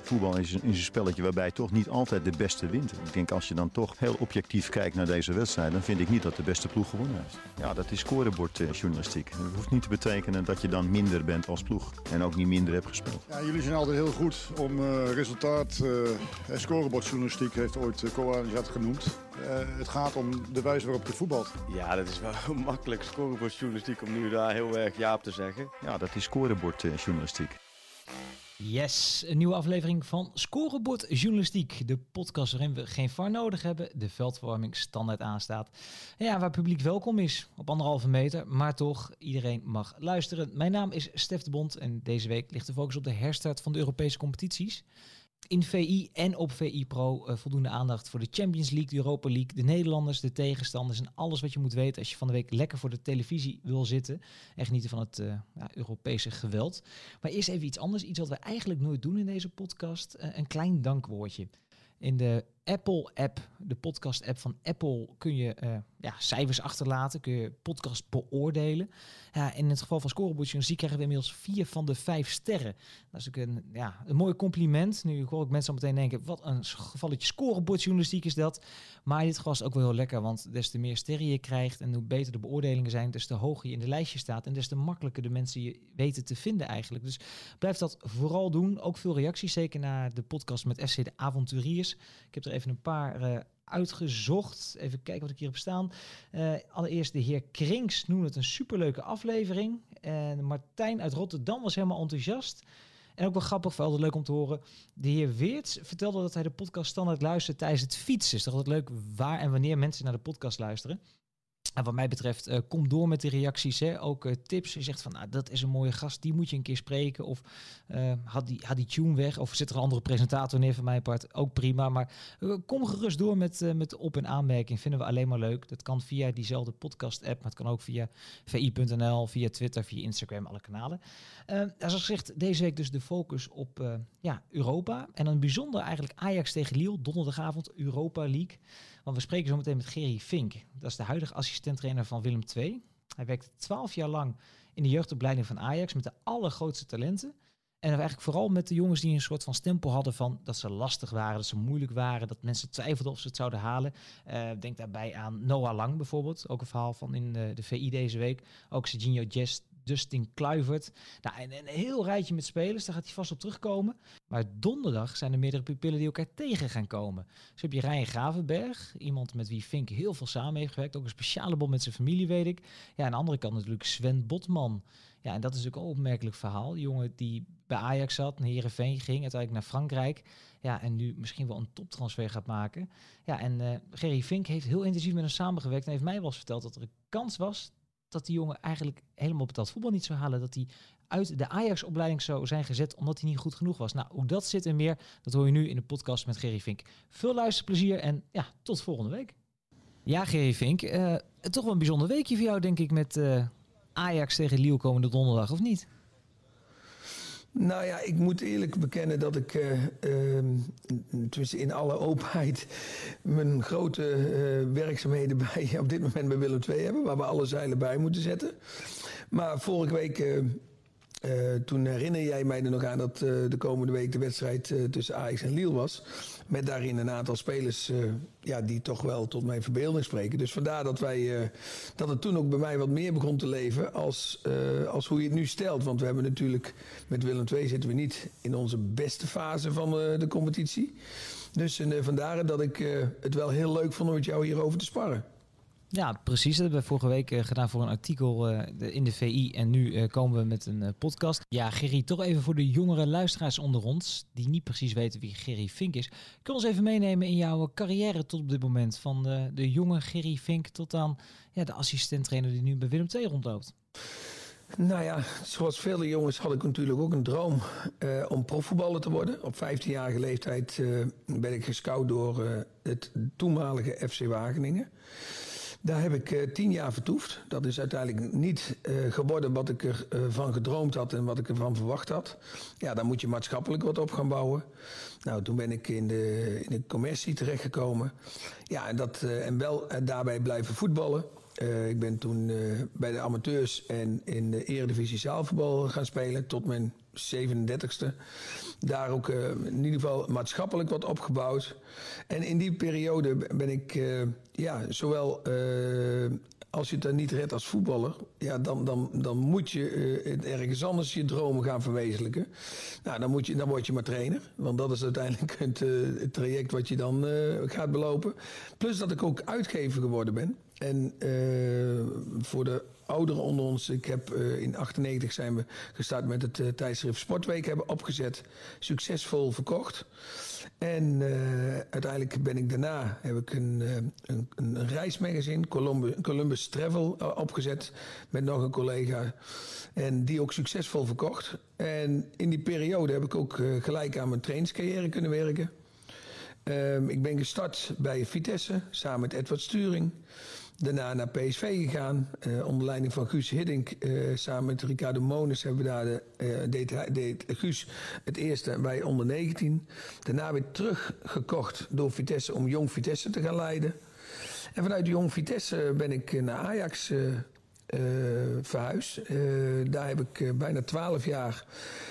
Voetbal is een spelletje waarbij toch niet altijd de beste wint. Ik denk als je dan toch heel objectief kijkt naar deze wedstrijd, dan vind ik niet dat de beste ploeg gewonnen heeft. Ja, dat is scorebordjournalistiek. Dat hoeft niet te betekenen dat je dan minder bent als ploeg en ook niet minder hebt gespeeld. Ja, jullie zijn altijd heel goed om resultaat. Scorebordjournalistiek heeft ooit Koan dat genoemd. Het gaat om de wijze waarop je voetbalt. Ja, dat is wel makkelijk scorebordjournalistiek om nu daar heel erg ja op te zeggen. Ja, dat is scorebordjournalistiek. Yes, een nieuwe aflevering van Scorebord Journalistiek. De podcast waarin we geen VAR nodig hebben, de veldverwarming standaard aanstaat. En ja, waar publiek welkom is, op 1,5 meter, maar toch, iedereen mag luisteren. Mijn naam is Stef de Bond en deze week ligt de focus op de herstart van de Europese competities. In VI en op VI Pro voldoende aandacht voor de Champions League, de Europa League, de Nederlanders, de tegenstanders en alles wat je moet weten als je van de week lekker voor de televisie wil zitten en genieten van het Europese geweld. Maar eerst even iets anders, iets wat we eigenlijk nooit doen in deze podcast, een klein dankwoordje. In de Apple-app, de podcast-app van Apple, kun je cijfers achterlaten, kun je podcast beoordelen. Ja, in het geval van Scorebordjournalistiek krijgen we inmiddels 4 van de 5 sterren. Dat is ook een mooi compliment. Nu hoor ik mensen al meteen denken, wat een gevalletje Scorebordjournalistiek is dat. Maar in dit geval is het ook wel heel lekker, want des te meer sterren je krijgt en hoe beter de beoordelingen zijn, des te hoger je in de lijstje staat en des te makkelijker de mensen je weten te vinden eigenlijk. Dus blijf dat vooral doen. Ook veel reacties, zeker naar de podcast met FC de Avonturiers. Ik heb er even een paar uitgezocht. Even kijken wat ik hier heb staan. Allereerst de heer Krinks noemde het een superleuke aflevering. En Martijn uit Rotterdam was helemaal enthousiast. En ook wel grappig, vooral leuk om te horen. De heer Weerts vertelde dat hij de podcast standaard luistert tijdens het fietsen. Is toch altijd leuk waar en wanneer mensen naar de podcast luisteren. En wat mij betreft, kom door met de reacties. Hè. Ook tips. Je zegt van, dat is een mooie gast, die moet je een keer spreken. Of had die tune weg. Of zit er een andere presentator neer van mijn part. Ook prima. Maar kom gerust door met op- en aanmerking. Vinden we alleen maar leuk. Dat kan via diezelfde podcast-app. Maar het kan ook via vi.nl, via Twitter, via Instagram, alle kanalen. Zoals gezegd, deze week dus de focus op Europa. En dan bijzonder eigenlijk Ajax tegen Lille. Donderdagavond Europa League. Want we spreken zo meteen met Gerry Fink. Dat is de huidige assistent-trainer van Willem II. Hij werkte 12 jaar lang in de jeugdopleiding van Ajax met de allergrootste talenten. En eigenlijk vooral met de jongens die een soort van stempel hadden van dat ze lastig waren, dat ze moeilijk waren, dat mensen twijfelden of ze het zouden halen. Denk daarbij aan Noah Lang bijvoorbeeld. Ook een verhaal van in de VI deze week. Ook Serginho Dest, Dustin Kluivert. Nou, en een heel rijtje met spelers, daar gaat hij vast op terugkomen. Maar donderdag zijn er meerdere pupillen die elkaar tegen gaan komen. Dus heb je Ryan Gravenberg, iemand met wie Fink heel veel samen heeft gewerkt. Ook een speciale band met zijn familie, weet ik. Ja, aan de andere kant natuurlijk Sven Botman. Ja, en dat is natuurlijk ook een opmerkelijk verhaal. Die jongen die bij Ajax zat, naar Heerenveen ging, uiteindelijk naar Frankrijk. Ja, en nu misschien wel een toptransfer gaat maken. Ja, en Gerry Fink heeft heel intensief met hem samengewerkt en heeft mij wel eens verteld dat er een kans was dat die jongen eigenlijk helemaal betaald voetbal niet zou halen. Dat hij uit de Ajax-opleiding zou zijn gezet omdat hij niet goed genoeg was. Nou, hoe dat zit en meer, dat hoor je nu in de podcast met Gerry Fink. Veel luisterplezier en ja, tot volgende week. Ja, Gerry Fink, toch wel een bijzonder weekje voor jou, denk ik, met Ajax tegen Lille komende donderdag, of niet? Nou ja, ik moet eerlijk bekennen dat ik in alle openheid mijn grote werkzaamheden op dit moment bij Willem II hebben, waar we alle zeilen bij moeten zetten. Maar vorige week, toen herinner jij mij er nog aan dat de komende week de wedstrijd tussen Ajax en Lille was. Met daarin een aantal spelers die toch wel tot mijn verbeelding spreken. Dus vandaar dat dat het toen ook bij mij wat meer begon te leven als hoe je het nu stelt. Want we hebben natuurlijk, met Willem II zitten we niet in onze beste fase van de competitie. Dus vandaar dat ik het wel heel leuk vond om met jou hierover te sparren. Ja, precies. Dat hebben we vorige week gedaan voor een artikel in de VI. En nu komen we met een podcast. Ja, Gerry, toch even voor de jongere luisteraars onder ons, die niet precies weten wie Gerry Fink is. Kun je ons even meenemen in jouw carrière tot op dit moment? Van de jonge Gerry Fink tot aan de assistent-trainer die nu bij Willem II rondloopt. Nou ja, zoals vele jongens had ik natuurlijk ook een droom om profvoetballer te worden. Op 15-jarige leeftijd ben ik gescout door het toenmalige FC Wageningen. Daar heb ik 10 jaar vertoefd. Dat is uiteindelijk niet geworden wat ik ervan gedroomd had en wat ik ervan verwacht had. Ja, dan moet je maatschappelijk wat op gaan bouwen. Nou, toen ben ik in de commercie terechtgekomen. Ja, en wel daarbij blijven voetballen. Ik ben toen bij de amateurs en in de Eredivisie zaalvoetbal gaan spelen tot mijn 37e. Daar ook in ieder geval maatschappelijk wat opgebouwd. En in die periode ben ik zowel als je het dan niet redt als voetballer, ja, dan moet je ergens anders je dromen gaan verwezenlijken. Nou, dan word je maar trainer. Want dat is uiteindelijk het traject wat je dan gaat belopen. Plus dat ik ook uitgever geworden ben. En voor de ouderen onder ons, ik heb in 98 zijn we gestart met het tijdschrift Sportweek, hebben opgezet, succesvol verkocht. En uiteindelijk ben ik daarna heb ik een reismagazine, Columbus Travel, opgezet met nog een collega. En die ook succesvol verkocht. En in die periode heb ik ook gelijk aan mijn trainingscarrière kunnen werken. Ik ben gestart bij Vitesse samen met Edward Sturing. Daarna naar PSV gegaan, onder leiding van Guus Hiddink. Samen met Ricardo Mones hebben we daar deed Guus het eerste bij onder 19. Daarna weer teruggekocht door Vitesse om Jong Vitesse te gaan leiden. En vanuit Jong Vitesse ben ik naar Ajax verhuisd. Daar heb ik bijna 12 jaar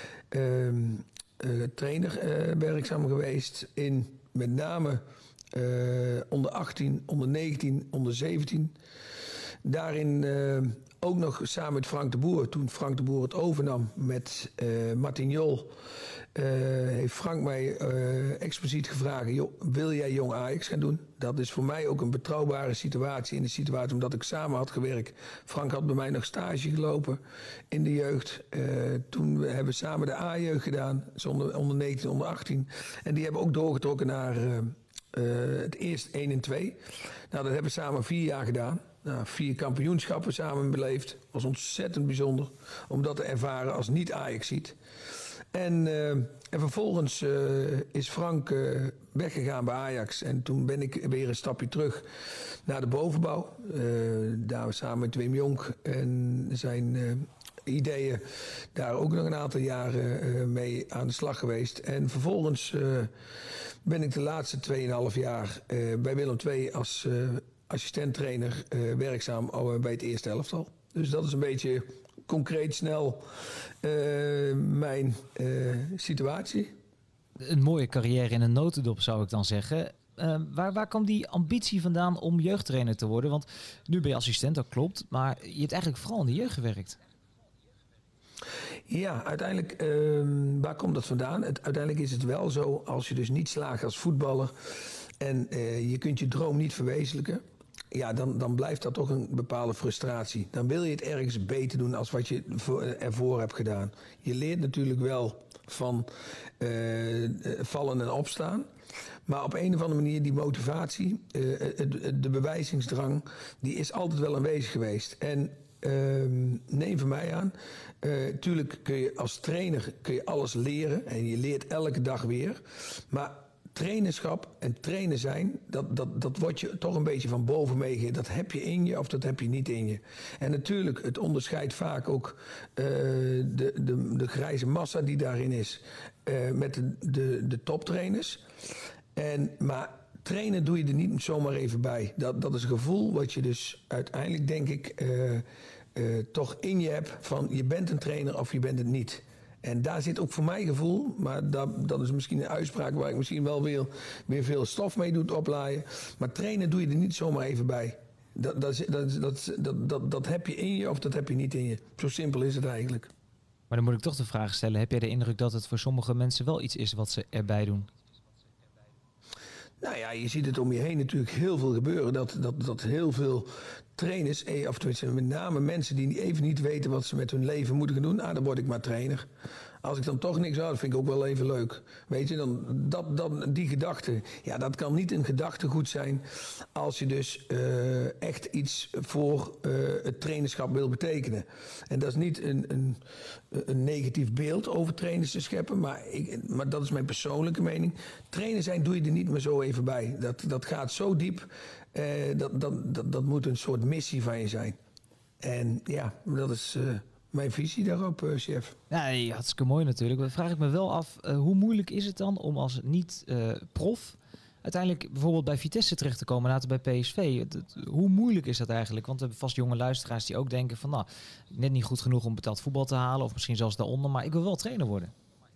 trainer werkzaam geweest in met name onder 18, onder 19, onder 17. Daarin ook nog samen met Frank de Boer. Toen Frank de Boer het overnam met Martin Jol, heeft Frank mij expliciet gevraagd: joh, wil jij Jong Ajax gaan doen? Dat is voor mij ook een betrouwbare situatie. In de situatie omdat ik samen had gewerkt. Frank had bij mij nog stage gelopen in de jeugd. Toen hebben we samen de A-jeugd gedaan. Dus onder 19, onder 18. En die hebben ook doorgetrokken naar het eerst 1 en 2. Nou, dat hebben we samen 4 jaar gedaan. Nou, 4 kampioenschappen samen beleefd. Was ontzettend bijzonder om dat te ervaren als niet-Ajaxiet. En vervolgens is Frank weggegaan bij Ajax. En toen ben ik weer een stapje terug naar de bovenbouw. Daar samen met Wim Jonk en zijn ideeën daar ook nog een aantal jaren mee aan de slag geweest. En vervolgens ben ik de laatste 2,5 jaar bij Willem II als assistent-trainer werkzaam bij het eerste elftal. Dus dat is een beetje concreet snel mijn situatie. Een mooie carrière in een notendop, zou ik dan zeggen. Waar kwam die ambitie vandaan om jeugdtrainer te worden? Want nu ben je assistent, dat klopt. Maar je hebt eigenlijk vooral in de jeugd gewerkt. Ja, uiteindelijk, waar komt dat vandaan? Uiteindelijk is het wel zo, als je dus niet slaagt als voetballer en je kunt je droom niet verwezenlijken, ja, dan blijft dat toch een bepaalde frustratie. Dan wil je het ergens beter doen als wat je ervoor hebt gedaan. Je leert natuurlijk wel van vallen en opstaan. Maar op een of andere manier die motivatie, de bewijzingsdrang, die is altijd wel aanwezig geweest. En neem van mij aan, tuurlijk kun je als trainer alles leren en je leert elke dag weer. Maar trainerschap en trainer zijn, dat wordt je toch een beetje van boven meegegeven. Dat heb je in je of dat heb je niet in je. En natuurlijk, het onderscheidt vaak ook de grijze massa die daarin is met de toptrainers. Maar trainen doe je er niet zomaar even bij. Dat is een gevoel wat je dus uiteindelijk, denk ik, toch in je hebt van je bent een trainer of je bent het niet. En daar zit ook voor mijn gevoel, maar dat is misschien een uitspraak waar ik misschien wel weer veel stof mee doe oplaaien. Maar trainen doe je er niet zomaar even bij. Dat heb je in je of dat heb je niet in je. Zo simpel is het eigenlijk. Maar dan moet ik toch de vraag stellen, heb jij de indruk dat het voor sommige mensen wel iets is wat ze erbij doen? Nou ja, je ziet het om je heen natuurlijk heel veel gebeuren. Dat heel veel trainers, of tenminste met name mensen die even niet weten wat ze met hun leven moeten gaan doen. Dan word ik maar trainer. Als ik dan toch niks had, dat vind ik ook wel even leuk. Weet je, die gedachte, ja, dat kan niet een gedachtegoed zijn als je dus echt iets voor het trainerschap wil betekenen. En dat is niet een negatief beeld over trainers te scheppen, maar dat is mijn persoonlijke mening. Trainer zijn doe je er niet meer zo even bij. Dat gaat zo diep, dat moet een soort missie van je zijn. En ja, dat is mijn visie daarop, chef. Ja, hartstikke mooi natuurlijk. Dan vraag ik me wel af, hoe moeilijk is het dan om als niet-prof uiteindelijk bijvoorbeeld bij Vitesse terecht te komen, later bij PSV. Hoe moeilijk is dat eigenlijk? Want we hebben vast jonge luisteraars die ook denken van, nou, net niet goed genoeg om betaald voetbal te halen, of misschien zelfs daaronder, maar ik wil wel trainer worden.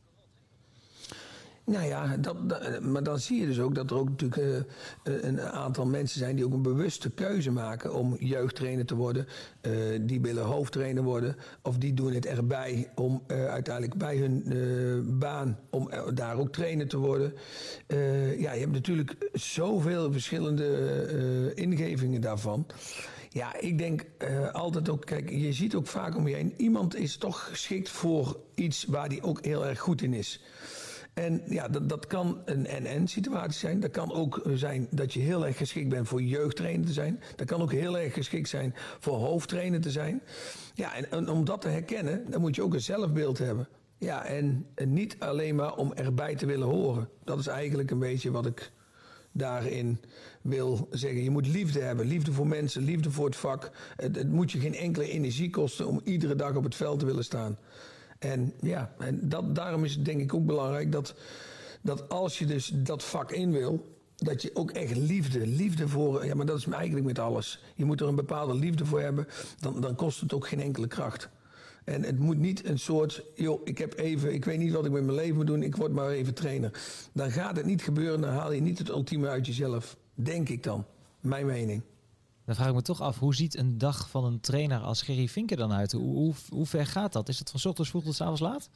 Nou ja, maar dan zie je dus ook dat er ook natuurlijk een aantal mensen zijn die ook een bewuste keuze maken om jeugdtrainer te worden. Die willen hoofdtrainer worden of die doen het erbij om uiteindelijk bij hun baan om daar ook trainer te worden. Ja, je hebt natuurlijk zoveel verschillende ingevingen daarvan. Ja, ik denk altijd ook, kijk, je ziet ook vaak om je heen, iemand is toch geschikt voor iets waar die ook heel erg goed in is. En ja, dat kan een en-en situatie zijn. Dat kan ook zijn dat je heel erg geschikt bent voor jeugdtrainer te zijn. Dat kan ook heel erg geschikt zijn voor hoofdtrainer te zijn. Ja, en om dat te herkennen, dan moet je ook een zelfbeeld hebben. Ja, en niet alleen maar om erbij te willen horen. Dat is eigenlijk een beetje wat ik daarin wil zeggen. Je moet liefde hebben. Liefde voor mensen, liefde voor het vak. Het moet je geen enkele energie kosten om iedere dag op het veld te willen staan. En ja, daarom is het denk ik ook belangrijk dat als je dus dat vak in wil, dat je ook echt liefde voor, ja, maar dat is eigenlijk met alles. Je moet er een bepaalde liefde voor hebben, dan kost het ook geen enkele kracht. En het moet niet een soort, joh, ik weet niet wat ik met mijn leven moet doen, ik word maar even trainer. Dan gaat het niet gebeuren, dan haal je niet het ultieme uit jezelf. Denk ik dan, mijn mening. Dan vraag ik me toch af, hoe ziet een dag van een trainer als Gerry Vinken dan uit? Hoe ver gaat dat? Is het van 's ochtends vroeg tot 's avonds laat?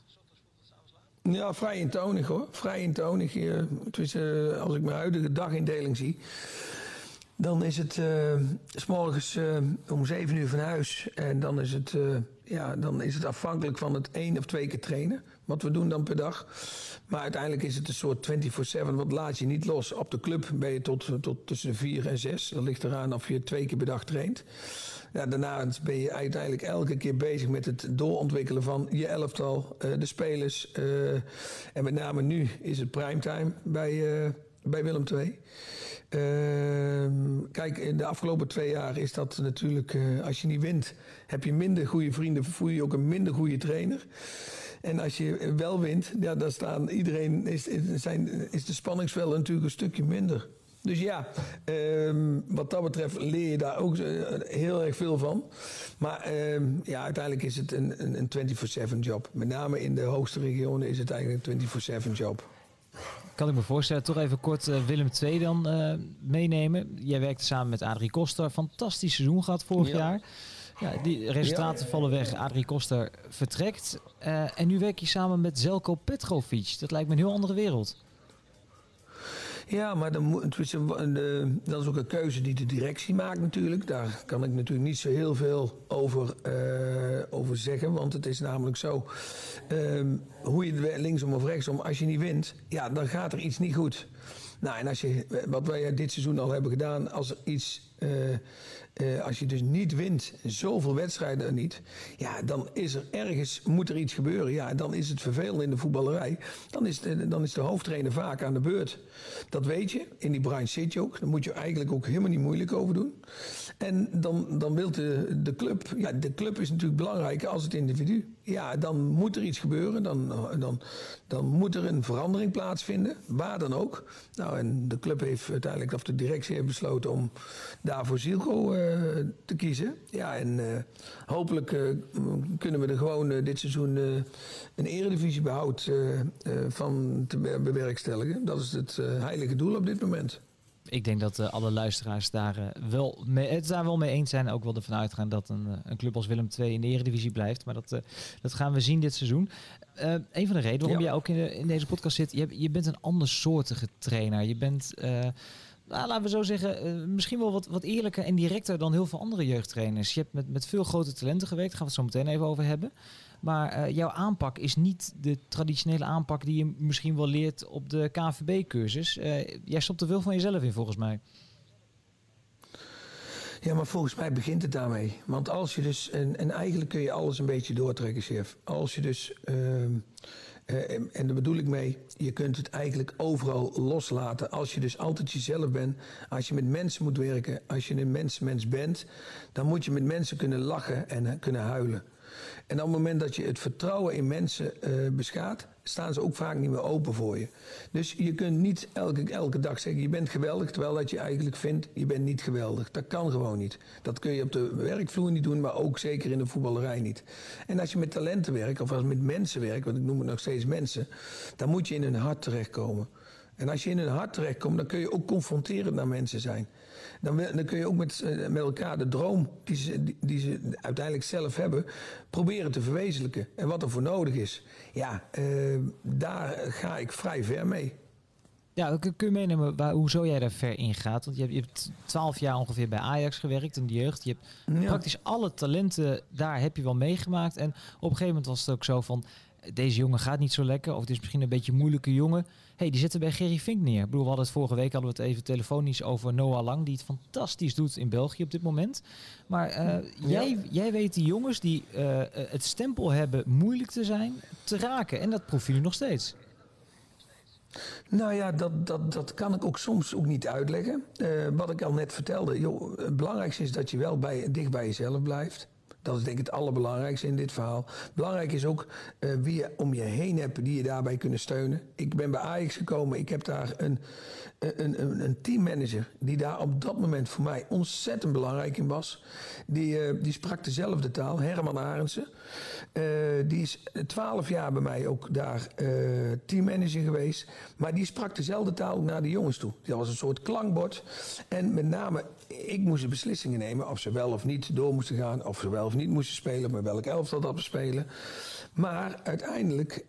Ja, vrij eentonig hoor. Vrij eentonig. Als ik mijn huidige dagindeling zie, dan is het 's morgens om 7 uur van huis. En dan is het afhankelijk van het 1 of 2 keer trainen. Wat we doen dan per dag. Maar uiteindelijk is het een soort 24/7, want laat je niet los. Op de club ben je tot tussen de 4 en 6. Dat ligt eraan of je 2 keer per dag traint. Ja, daarna ben je uiteindelijk elke keer bezig met het doorontwikkelen van je elftal, de spelers. En met name nu is het primetime bij Willem II. Kijk, in de afgelopen 2 jaar is dat natuurlijk, als je niet wint, heb je minder goede vrienden, voel je ook een minder goede trainer. En als je wel wint, ja, dan is de spanningsveld natuurlijk een stukje minder. Dus ja, wat dat betreft leer je daar ook heel erg veel van. Maar ja, uiteindelijk is het een 24/7 job. Met name in de hoogste regionen is het eigenlijk een 24/7 job. Kan ik me voorstellen, toch even kort Willem II dan meenemen. Jij werkte samen met Adrie Koster. Fantastisch seizoen gehad vorig jaar. Ja, die resultaten vallen weg. Adrie Koster vertrekt. En nu werk je samen met Željko Petrović. Dat lijkt me een heel andere wereld. Ja, maar dat is ook een keuze die de directie maakt natuurlijk. Daar kan ik natuurlijk niet zo heel veel over zeggen. Want het is namelijk zo, hoe je het linksom of rechtsom, als je niet wint, ja, dan gaat er iets niet goed. Nou, en wat wij dit seizoen al hebben gedaan, als je dus niet wint, zoveel wedstrijden er niet, ja, dan is er ergens, moet er iets gebeuren. Ja, dan is het vervelend in de voetballerij. Dan is de hoofdtrainer vaak aan de beurt. Dat weet je, in die branche zit je ook. Daar moet je eigenlijk ook helemaal niet moeilijk over doen. En dan wil de club, ja, de club is natuurlijk belangrijker als het individu. Ja, dan moet er iets gebeuren. Dan moet er een verandering plaatsvinden, waar dan ook. Nou, en de club heeft uiteindelijk, of de directie heeft besloten om daarvoor Željko te kiezen. Ja, en hopelijk kunnen we er gewoon dit seizoen een eredivisiebehoud van te bewerkstelligen. Dat is het heilige doel op dit moment. Ik denk dat alle luisteraars daar wel mee eens zijn. Ook wel ervan uitgaan dat een club als Willem II in de Eredivisie blijft. Maar dat gaan we zien dit seizoen. Een van de redenen waarom jij ook in deze podcast zit. Je bent een andersoortige trainer. Je bent, laten we zo zeggen, misschien wel wat eerlijker en directer dan heel veel andere jeugdtrainers. Je hebt met veel grote talenten gewerkt. Daar gaan we het zo meteen even over hebben. Maar jouw aanpak is niet de traditionele aanpak die je misschien wel leert op de KNVB-cursus. Jij stopt er veel van jezelf in, volgens mij. Ja, maar volgens mij begint het daarmee. Want als je dus, en eigenlijk kun je alles een beetje doortrekken, chef. Als je dus, en daar bedoel ik mee, je kunt het eigenlijk overal loslaten. Als je dus altijd jezelf bent, als je met mensen moet werken, als je een mens bent, dan moet je met mensen kunnen lachen en kunnen huilen. En op het moment dat je het vertrouwen in mensen staan ze ook vaak niet meer open voor je. Dus je kunt niet elke dag zeggen je bent geweldig, terwijl dat je eigenlijk vindt je bent niet geweldig. Dat kan gewoon niet. Dat kun je op de werkvloer niet doen, maar ook zeker in de voetballerij niet. En als je met talenten werkt of als je met mensen werkt, want ik noem het nog steeds mensen, dan moet je in hun hart terechtkomen. En als je in hun hart terechtkomt, dan kun je ook confronterend naar mensen zijn. Dan kun je ook met elkaar de droom die ze uiteindelijk zelf hebben, proberen te verwezenlijken. En wat er voor nodig is, daar ga ik vrij ver mee. Ja, kun je meenemen hoezo jij daar ver in gaat? Want je hebt 12 jaar ongeveer bij Ajax gewerkt in de jeugd. Je hebt praktisch alle talenten, daar heb je wel meegemaakt. En op een gegeven moment was het ook zo van, deze jongen gaat niet zo lekker. Of het is misschien een beetje een moeilijke jongen. Die zitten bij Gerry Fink neer. Ik bedoel, we hadden het vorige week hadden we het even telefonisch over Noah Lang, die het fantastisch doet in België op dit moment. Maar jij weet die jongens die het stempel hebben moeilijk te zijn, te raken. En dat proef je nu nog steeds. Nou ja, dat kan ik ook soms ook niet uitleggen. Wat ik al net vertelde, het belangrijkste is dat je wel dicht bij jezelf blijft. Dat is denk ik het allerbelangrijkste in dit verhaal. Belangrijk is ook wie je om je heen hebt die je daarbij kunnen steunen. Ik ben bij Ajax gekomen. Ik heb daar een teammanager die daar op dat moment voor mij ontzettend belangrijk in was. Die sprak dezelfde taal, Herman Arendsen. Die is 12 jaar bij mij ook daar teammanager geweest. Maar die sprak dezelfde taal ook naar de jongens toe. Dat was een soort klankbord. En met name, ik moest de beslissingen nemen of ze wel of niet door moesten gaan. Of ze wel of niet moesten spelen, maar welk elftal dat we spelen. Maar uiteindelijk,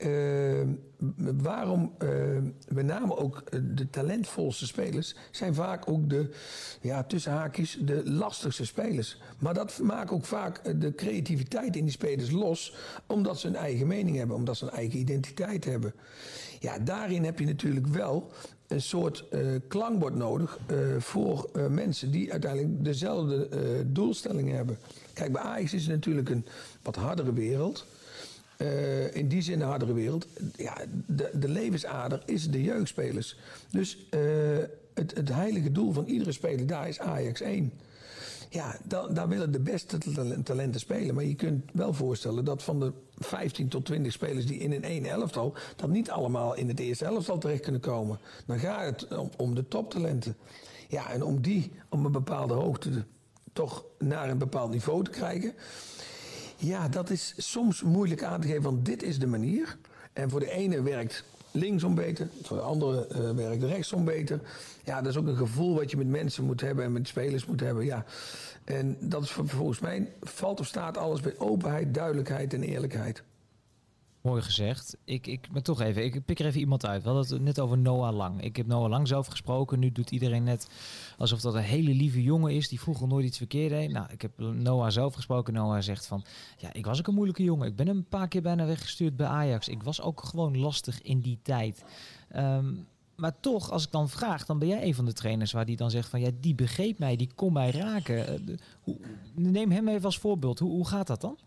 waarom met name ook de talentvolste spelers zijn vaak ook tussen haakjes, de lastigste spelers. Maar dat maakt ook vaak de creativiteit in die spelers los, omdat ze een eigen mening hebben, omdat ze een eigen identiteit hebben. Ja, daarin heb je natuurlijk wel een soort klankbord nodig voor mensen die uiteindelijk dezelfde doelstellingen hebben. Kijk, bij Ajax is het natuurlijk een wat hardere wereld. In die zin een hardere wereld. Ja, de levensader is de jeugdspelers. Dus het heilige doel van iedere speler daar is Ajax 1. Ja, daar willen de beste talenten spelen. Maar je kunt wel voorstellen dat van de 15 tot 20 spelers die in een één elftal, dat niet allemaal in het eerste elftal terecht kunnen komen. Dan gaat het om de toptalenten. Ja, en om die op een bepaalde hoogte toch naar een bepaald niveau te krijgen. Ja, dat is soms moeilijk aan te geven, want dit is de manier. En voor de ene werkt linksom beter, voor de andere werkt rechtsom beter. Ja, dat is ook een gevoel wat je met mensen moet hebben en met spelers moet hebben. Ja. En dat is volgens mij, valt of staat alles bij openheid, duidelijkheid en eerlijkheid. Mooi gezegd. Maar toch even, ik pik er even iemand uit. We hadden het net over Noah Lang. Ik heb Noah Lang zelf gesproken. Nu doet iedereen net alsof dat een hele lieve jongen is die vroeger nooit iets verkeerd deed. Nou, ik heb Noah zelf gesproken. Noah zegt van, ja, ik was ook een moeilijke jongen. Ik ben een paar keer bijna weggestuurd bij Ajax. Ik was ook gewoon lastig in die tijd. Maar toch, als ik dan vraag, dan ben jij een van de trainers waar die dan zegt van, ja, die begreep mij, die kon mij raken. Neem hem even als voorbeeld. Hoe gaat dat dan?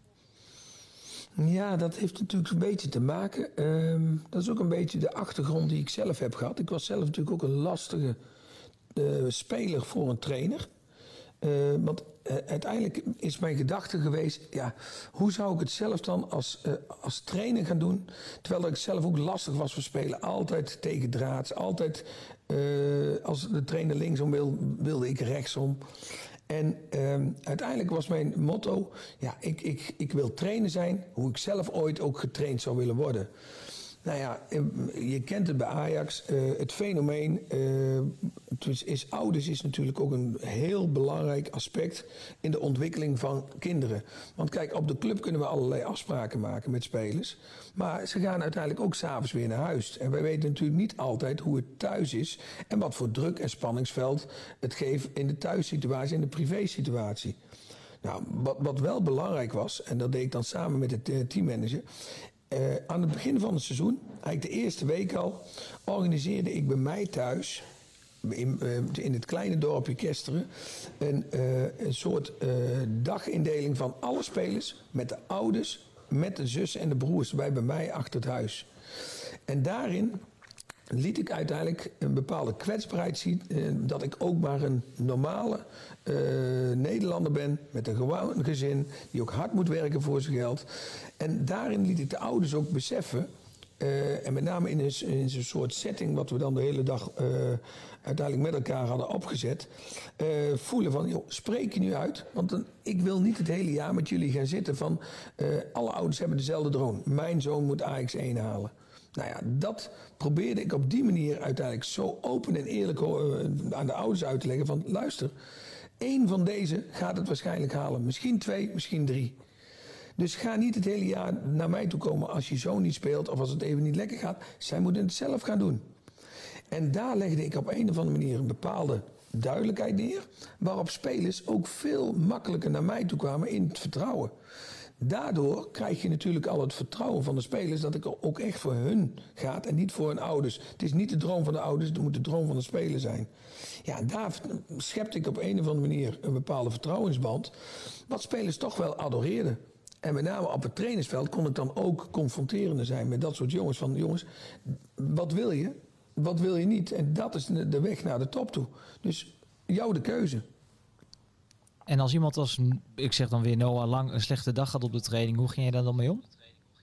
Ja, dat heeft natuurlijk een beetje te maken. Dat is ook een beetje de achtergrond die ik zelf heb gehad. Ik was zelf natuurlijk ook een lastige speler voor een trainer. Want uiteindelijk is mijn gedachte geweest, ja, hoe zou ik het zelf dan als trainer gaan doen? Terwijl ik zelf ook lastig was voor spelen. Altijd tegen draads. Altijd als de trainer linksom wilde ik rechtsom. En uiteindelijk was mijn motto, ja, ik wil trainer zijn hoe ik zelf ooit ook getraind zou willen worden. Nou ja, je kent het bij Ajax. Het fenomeen ouders is natuurlijk ook een heel belangrijk aspect in de ontwikkeling van kinderen. Want kijk, op de club kunnen we allerlei afspraken maken met spelers. Maar ze gaan uiteindelijk ook 's avonds weer naar huis. En wij weten natuurlijk niet altijd hoe het thuis is en wat voor druk en spanningsveld het geeft in de thuissituatie en de privésituatie. Nou, wat wel belangrijk was, en dat deed ik dan samen met de teammanager. Aan het begin van het seizoen, eigenlijk de eerste week al, organiseerde ik bij mij thuis, in het kleine dorpje Kesteren, een soort dagindeling van alle spelers, met de ouders, met de zussen en de broers bij mij achter het huis. En daarin liet ik uiteindelijk een bepaalde kwetsbaarheid zien, dat ik ook maar een normale Nederlander ben met een gewoon gezin die ook hard moet werken voor zijn geld. En daarin liet ik de ouders ook beseffen En met name in zo'n soort setting wat we dan de hele dag uiteindelijk met elkaar hadden opgezet. Voelen van, joh, spreek je nu uit. Want ik wil niet het hele jaar met jullie gaan zitten van... alle ouders hebben dezelfde droom. Mijn zoon moet Ajax 1 halen. Nou ja, dat probeerde ik op die manier uiteindelijk zo open en eerlijk aan de ouders uit te leggen van... luister, 1 van deze gaat het waarschijnlijk halen. Misschien 2, misschien 3. Dus ga niet het hele jaar naar mij toe komen als je zoon niet speelt... of als het even niet lekker gaat. Zij moeten het zelf gaan doen. En daar legde ik op een of andere manier een bepaalde duidelijkheid neer... waarop spelers ook veel makkelijker naar mij toe kwamen in het vertrouwen. Daardoor krijg je natuurlijk al het vertrouwen van de spelers... dat het ook echt voor hun gaat en niet voor hun ouders. Het is niet de droom van de ouders, het moet de droom van de speler zijn. Ja, daar schepte ik op een of andere manier een bepaalde vertrouwensband... wat spelers toch wel adoreerden. En met name op het trainingsveld kon ik dan ook confronterender zijn met dat soort jongens. Van jongens, wat wil je? Wat wil je niet? En dat is de weg naar de top toe. Dus jou de keuze. En als iemand als, ik zeg dan weer Noah Lang, een slechte dag had op de training, hoe ging je daar dan mee om?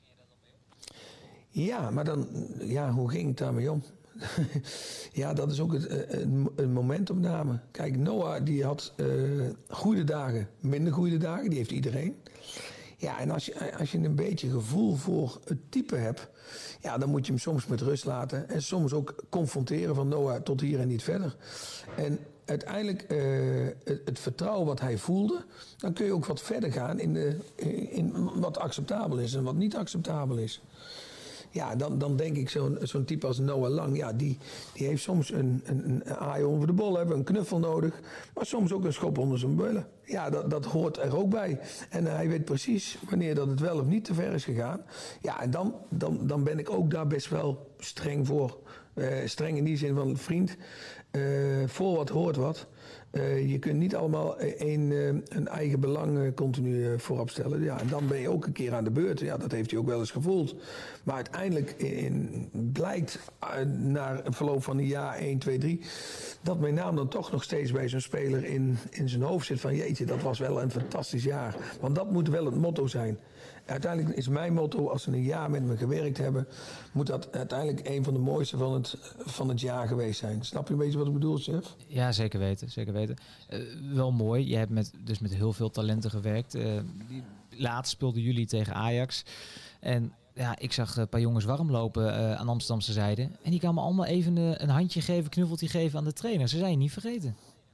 Ja, maar dan, ja, hoe ging ik daarmee om? Ja, dat is ook een momentopname. Kijk, Noah die had goede dagen, minder goede dagen, die heeft iedereen. Ja, en als je een beetje gevoel voor het type hebt... ja, dan moet je hem soms met rust laten. En soms ook confronteren van Noah tot hier en niet verder. En uiteindelijk het vertrouwen wat hij voelde... dan kun je ook wat verder gaan in wat acceptabel is en wat niet acceptabel is. Ja, dan denk ik zo'n type als Noah Lang... ja, die heeft soms een aai over de bol hebben, een knuffel nodig... maar soms ook een schop onder zijn billen. Ja, dat hoort er ook bij. En hij weet precies wanneer dat het wel of niet te ver is gegaan. Ja, en dan ben ik ook daar best wel streng voor. Streng in die zin van, vriend, voor wat hoort wat... je kunt niet allemaal een eigen belang continu voorop stellen. Ja, en dan ben je ook een keer aan de beurt. Ja, dat heeft hij ook wel eens gevoeld. Maar uiteindelijk blijkt na een verloop van een jaar, 1, 2, 3... dat mijn naam dan toch nog steeds bij zo'n speler in zijn hoofd zit van... jeetje, dat was wel een fantastisch jaar. Want dat moet wel het motto zijn. Uiteindelijk is mijn motto, als ze een jaar met me gewerkt hebben... moet dat uiteindelijk een van de mooiste van het jaar geweest zijn. Snap je een beetje wat ik bedoel, chef? Ja, zeker weten. Zeker weten. Wel mooi. Je hebt met heel veel talenten gewerkt. Laatst speelden jullie tegen Ajax. En ja, ik zag een paar jongens warm lopen aan Amsterdamse zijde. En die kwamen allemaal even een handje geven, knuffeltje geven aan de trainer. Ze zijn je niet vergeten.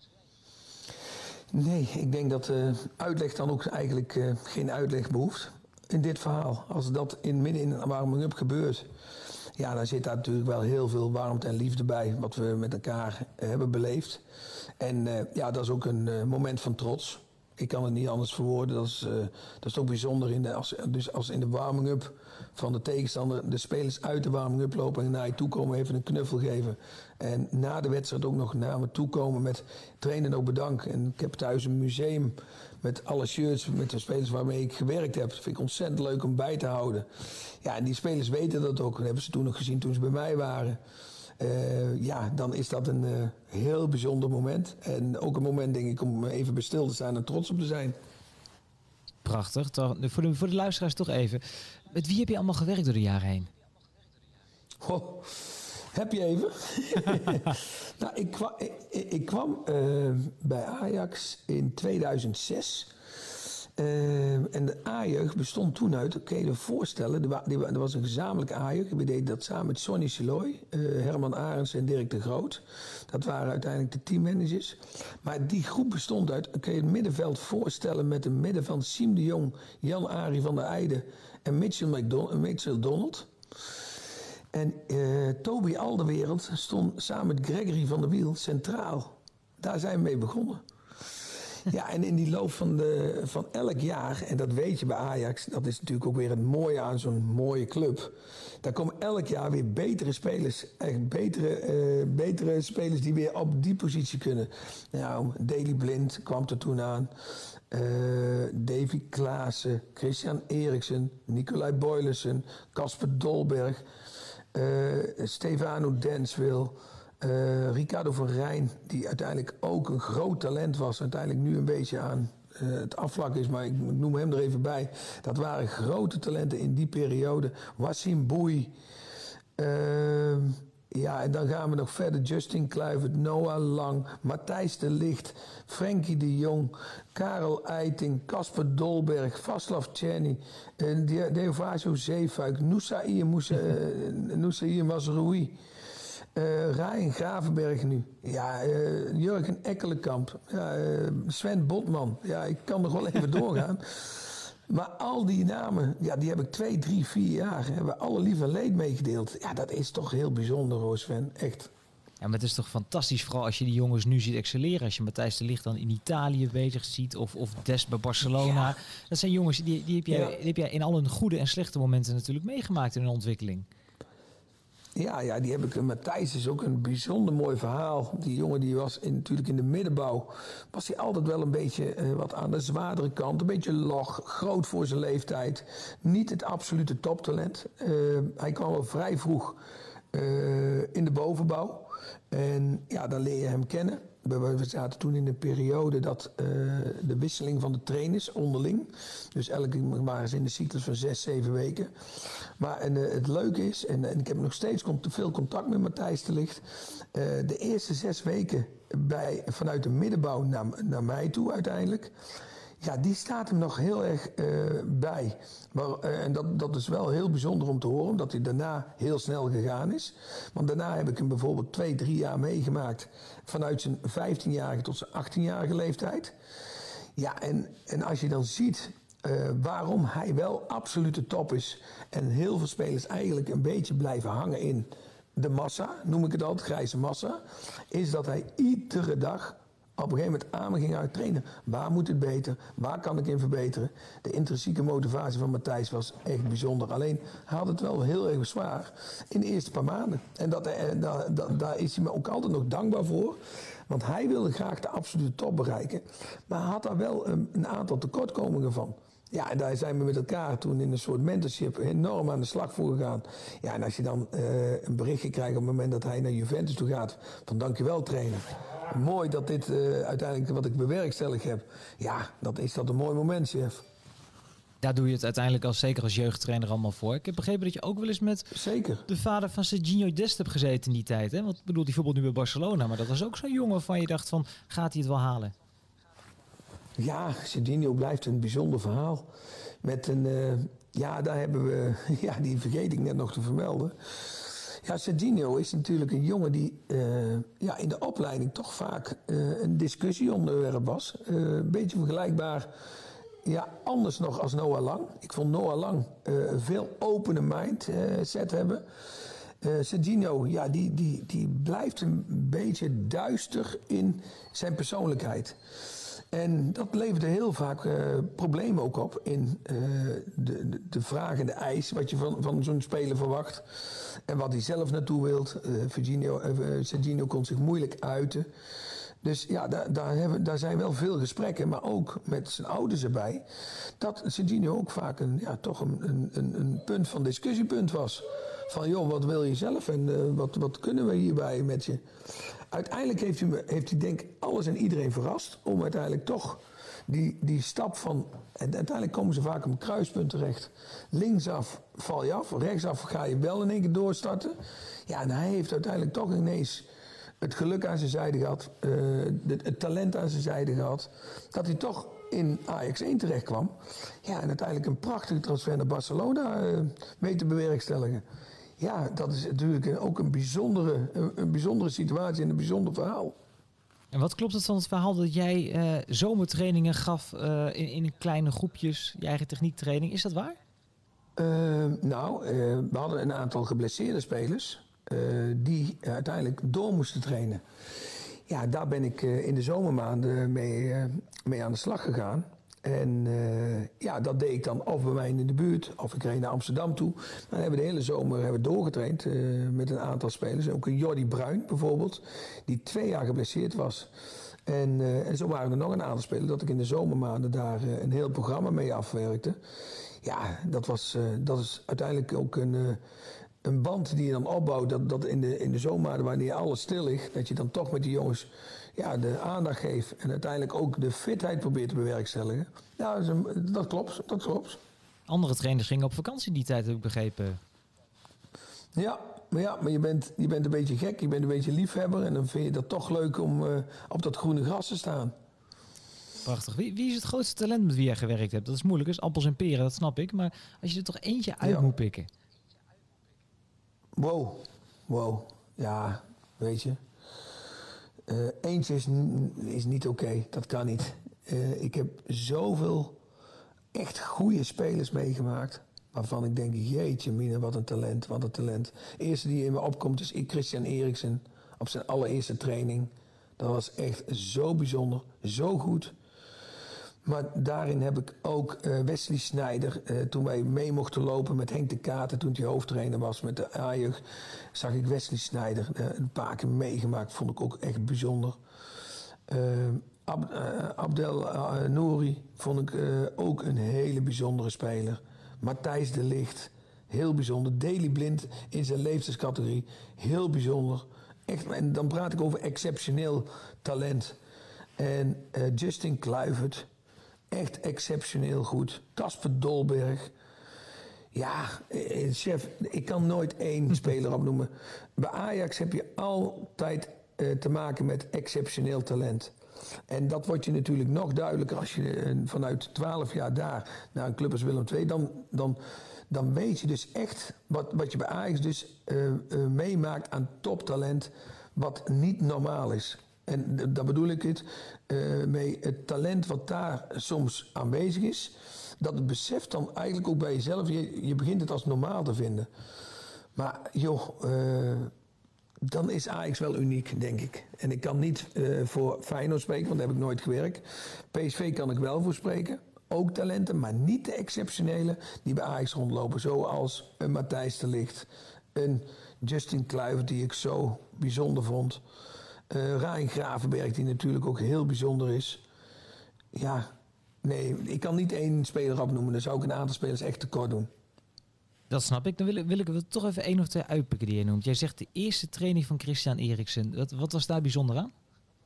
Nee, ik denk dat uitleg dan ook eigenlijk geen uitleg behoeft in dit verhaal. Als dat midden in een warming-up gebeurt, ja, dan zit daar natuurlijk wel heel veel warmte en liefde bij, wat we met elkaar hebben beleefd. En ja, dat is ook een moment van trots. Ik kan het niet anders verwoorden. Dat is ook bijzonder als in de warming-up van de tegenstander de spelers uit de warming-up lopen en naar je toe komen, even een knuffel geven. En na de wedstrijd ook nog naar me toe komen met trainen ook bedankt. En ik heb thuis een museum met alle shirts met de spelers waarmee ik gewerkt heb. Dat vind ik ontzettend leuk om bij te houden. Ja, en die spelers weten dat ook. Dat hebben ze toen nog gezien toen ze bij mij waren. Ja, dan is dat een heel bijzonder moment. En ook een moment, denk ik, om even bij stil te staan en trots op te zijn. Prachtig. Voor de luisteraars toch even. Met wie heb je allemaal gewerkt door de jaren heen? Oh, heb je even? Nou, ik kwam bij Ajax in 2006. En de A-jeugd bestond toen uit, kun je je voorstellen, er was een gezamenlijke A-jeugd. We deden dat samen met Sonny Siloy, Herman Arends en Dirk de Groot. Dat waren uiteindelijk de teammanagers. Maar die groep bestond uit, kun je het middenveld voorstellen met een middenveld Siem de Jong, Jan-Arie van der Eijden en Mitchell Donald. En Toby Alderwereld stond samen met Gregory van der Wiel centraal. Daar zijn we mee begonnen. Ja, en in die loop van elk jaar, en dat weet je bij Ajax, dat is natuurlijk ook weer het mooie aan zo'n mooie club. Daar komen elk jaar weer betere spelers. Echt betere spelers die weer op die positie kunnen. Nou, Daley Blind kwam er toen aan. Davy Klaassen, Christian Eriksen, Nicolai Boylissen, Casper Dolberg, Stefano Denswil. Ricardo van Rijn, die uiteindelijk ook een groot talent was. Uiteindelijk nu een beetje aan het afvlakken is, maar ik noem hem er even bij. Dat waren grote talenten in die periode. Wassim Boei. Ja, en dan gaan we nog verder. Justin Kluivert, Noah Lang, Matthijs de Ligt, Frenkie de Jong, Karel Eiting, Casper Dolberg, Vaslav Tjerny, Deovasio Zeefuik, Noussair Mazraoui, Ryan Gravenberg nu. Ja, Jurgen Ekkelenkamp, Sven Botman. Ja, ik kan nog wel even doorgaan. Maar al die namen, ja, die heb ik 2, 3, 4 jaar. Hebben alle lief en leed meegedeeld. Ja, dat is toch heel bijzonder hoor, Sven. Echt. Ja, maar het is toch fantastisch, vooral als je die jongens nu ziet excelleren. Als je Matthijs de Ligt dan in Italië bezig ziet of Des bij Barcelona. Ja. Dat zijn jongens, die heb jij in al hun goede en slechte momenten natuurlijk meegemaakt in hun ontwikkeling. Ja, die heb ik. Matthijs is ook een bijzonder mooi verhaal. Die jongen die was natuurlijk in de middenbouw. Was hij altijd wel een beetje wat aan de zwaardere kant. Een beetje log, groot voor zijn leeftijd. Niet het absolute toptalent. Hij kwam al vrij vroeg in de bovenbouw. En ja, dan leer je hem kennen. We zaten toen in een periode dat de wisseling van de trainers onderling. Dus elke waren ze in de cyclus van 6, 7 weken. Maar het leuke is, en ik heb nog steeds veel contact met Matthijs de Ligt. De eerste 6 weken vanuit de middenbouw naar mij toe uiteindelijk. Ja, die staat hem nog heel erg bij. Maar, en dat is wel heel bijzonder om te horen, omdat hij daarna heel snel gegaan is. Want daarna heb ik hem bijvoorbeeld 2, 3 jaar meegemaakt. Vanuit zijn 15-jarige tot zijn 18-jarige leeftijd. Ja, en als je dan ziet waarom hij wel absolute top is. En heel veel spelers eigenlijk een beetje blijven hangen in de massa, noem ik het altijd, grijze massa. Is dat hij iedere dag op een gegeven moment aan me ging uit trainen. Waar moet het beter? Waar kan ik in verbeteren? De intrinsieke motivatie van Matthijs was echt bijzonder. Alleen hij had het wel heel erg zwaar in de eerste paar maanden. En daar is hij me ook altijd nog dankbaar voor. Want hij wilde graag de absolute top bereiken. Maar hij had daar wel een aantal tekortkomingen van. Ja, en daar zijn we met elkaar toen in een soort mentorship enorm aan de slag voor gegaan. Ja, en als je dan een berichtje krijgt op het moment dat hij naar Juventus toe gaat. Van dankjewel trainer. Mooi dat dit uiteindelijk wat ik bewerkstelligd heb. Ja, dat is dat een mooi moment, chef. Daar doe je het uiteindelijk zeker als jeugdtrainer allemaal voor. Ik heb begrepen dat je ook wel eens met de vader van Serginho Dest hebt gezeten in die tijd. Hè? Want ik bedoel, die voetbalt nu bij Barcelona. Maar dat was ook zo'n jongen van je dacht van, gaat hij het wel halen? Ja, Serginho blijft een bijzonder verhaal. Met daar hebben we, die vergeet ik net nog te vermelden. Ja, Serginho is natuurlijk een jongen die in de opleiding toch vaak een discussieonderwerp was. Een beetje vergelijkbaar, anders nog als Noah Lang. Ik vond Noah Lang een veel opener mindset hebben. Serginho, die blijft een beetje duister in zijn persoonlijkheid. En dat leverde heel vaak problemen ook op in de vraag en de eis wat je van zo'n speler verwacht. En wat hij zelf naartoe wilt. Serginho kon zich moeilijk uiten. Dus ja, daar zijn wel veel gesprekken, maar ook met zijn ouders erbij. Dat Serginho ook vaak een punt van discussiepunt was. Van joh, wat wil je zelf en wat kunnen we hierbij met je? Uiteindelijk heeft hij denk ik alles en iedereen verrast. Om uiteindelijk toch die stap van... En uiteindelijk komen ze vaak op een kruispunt terecht. Linksaf val je af, rechtsaf ga je wel in één keer doorstarten. Ja, en hij heeft uiteindelijk toch ineens het geluk aan zijn zijde gehad. Het talent aan zijn zijde gehad. Dat hij toch in Ajax 1 terecht kwam. Ja, en uiteindelijk een prachtige transfer naar Barcelona mee te bewerkstelligen. Ja, dat is natuurlijk ook een bijzondere situatie en een bijzonder verhaal. En wat klopt het van het verhaal dat jij zomertrainingen gaf in kleine groepjes, je eigen techniektraining? Is dat waar? We hadden een aantal geblesseerde spelers die uiteindelijk door moesten trainen. Ja, daar ben ik in de zomermaanden mee aan de slag gegaan. En dat deed ik dan of bij mij in de buurt, of ik reed naar Amsterdam toe. Dan hebben we de hele zomer doorgetraind met een aantal spelers. Ook een Jordi Bruin bijvoorbeeld, die 2 jaar geblesseerd was. En zo waren er nog een aantal spelers dat ik in de zomermaanden daar een heel programma mee afwerkte. Ja, dat is uiteindelijk ook een band die je dan opbouwt. Dat in de zomermaanden wanneer alles stil ligt, dat je dan toch met die jongens de aandacht geeft en uiteindelijk ook de fitheid probeert te bewerkstelligen. Ja, dat klopt. Andere trainers gingen op vakantie die tijd, heb ik begrepen. Ja, maar je bent een beetje gek, je bent een beetje liefhebber. En dan vind je dat toch leuk om op dat groene gras te staan. Prachtig. Wie is het grootste talent met wie jij gewerkt hebt? Dat is moeilijk, dus appels en peren, dat snap ik. Maar als je er toch eentje uit moet pikken. Wow. Ja, weet je. Eentje is niet oké. Dat kan niet. Ik heb zoveel echt goede spelers meegemaakt. Waarvan ik denk, jeetje mine, wat een talent. De eerste die in me opkomt is Christian Eriksen. Op zijn allereerste training. Dat was echt zo bijzonder. Zo goed. Maar daarin heb ik ook Wesley Sneijder. Toen wij mee mochten lopen met Henk de Kater, toen hij hoofdtrainer was met de A-jeugd, zag ik Wesley Sneijder een paar keer meegemaakt. Vond ik ook echt bijzonder. Abdel Nouri vond ik ook een hele bijzondere speler. Matthijs de Ligt, heel bijzonder. Daley Blind in zijn leeftijdscategorie, heel bijzonder. Echt, en dan praat ik over exceptioneel talent. En Justin Kluivert, echt exceptioneel goed. Casper Dolberg. Ja, chef, ik kan nooit één speler opnoemen. Bij Ajax heb je altijd te maken met exceptioneel talent. En dat wordt je natuurlijk nog duidelijker als je vanuit 12 jaar daar naar een club als Willem II... Dan weet je dus echt wat je bij Ajax dus meemaakt aan toptalent, wat niet normaal is. En daar bedoel ik het mee, het talent wat daar soms aanwezig is, dat het beseft dan eigenlijk ook bij jezelf, je begint het als normaal te vinden. Maar joh, dan is Ajax wel uniek, denk ik. En ik kan niet voor Feyenoord spreken, want daar heb ik nooit gewerkt. PSV kan ik wel voor spreken. Ook talenten, maar niet de exceptionele die bij Ajax rondlopen. Zoals een Matthijs de Ligt, een Justin Kluivert die ik zo bijzonder vond. Ryan Gravenberg die natuurlijk ook heel bijzonder is. Ja, nee, ik kan niet één speler opnoemen. Dan zou ik een aantal spelers echt tekort doen. Dat snap ik. Dan wil ik er toch even 1 of 2 uitpikken die je noemt. Jij zegt de eerste training van Christian Eriksen. Wat was daar bijzonder aan?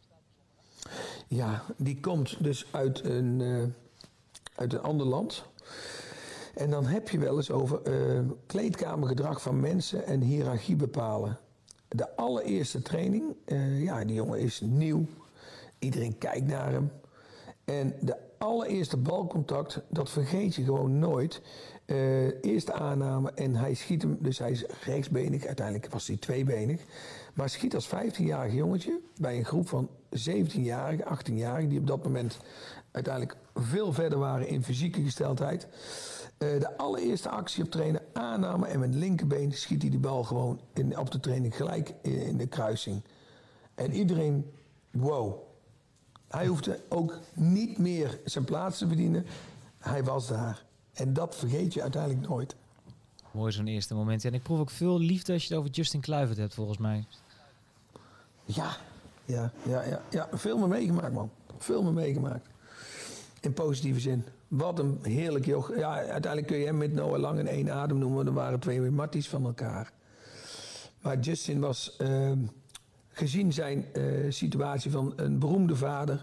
Ja, die komt dus uit een ander land. En dan heb je wel eens over kleedkamergedrag van mensen en hiërarchie bepalen. De allereerste training, die jongen is nieuw. Iedereen kijkt naar hem. En de allereerste balcontact, dat vergeet je gewoon nooit. Eerste aanname en hij schiet hem, dus hij is rechtsbenig. Uiteindelijk was hij tweebenig. Maar schiet als 15-jarig jongetje bij een groep van 17-jarigen, 18-jarigen... die op dat moment uiteindelijk veel verder waren in fysieke gesteldheid. De allereerste actie op trainen, aanname en met linkerbeen schiet hij die bal gewoon op de training gelijk in de kruising. En iedereen, wow. Hij hoefde ook niet meer zijn plaats te verdienen. Hij was daar. En dat vergeet je uiteindelijk nooit. Mooi zo'n eerste moment. En ik proef ook veel liefde als je het over Justin Kluivert hebt, volgens mij. Ja. Veel meer meegemaakt, man. Veel meer meegemaakt. In positieve zin. Wat een heerlijk joch. Ja, uiteindelijk kun je hem met Noah Lang in één adem noemen. Er waren 2 matties van elkaar. Maar Justin was, gezien zijn situatie van een beroemde vader...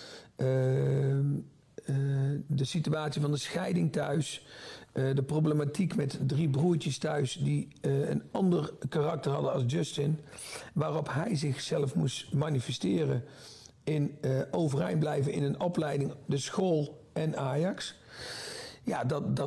de situatie van de scheiding thuis... de problematiek met 3 broertjes thuis... die een ander karakter hadden als Justin... waarop hij zichzelf moest manifesteren... in overeind blijven in een opleiding, de school en Ajax. Ja,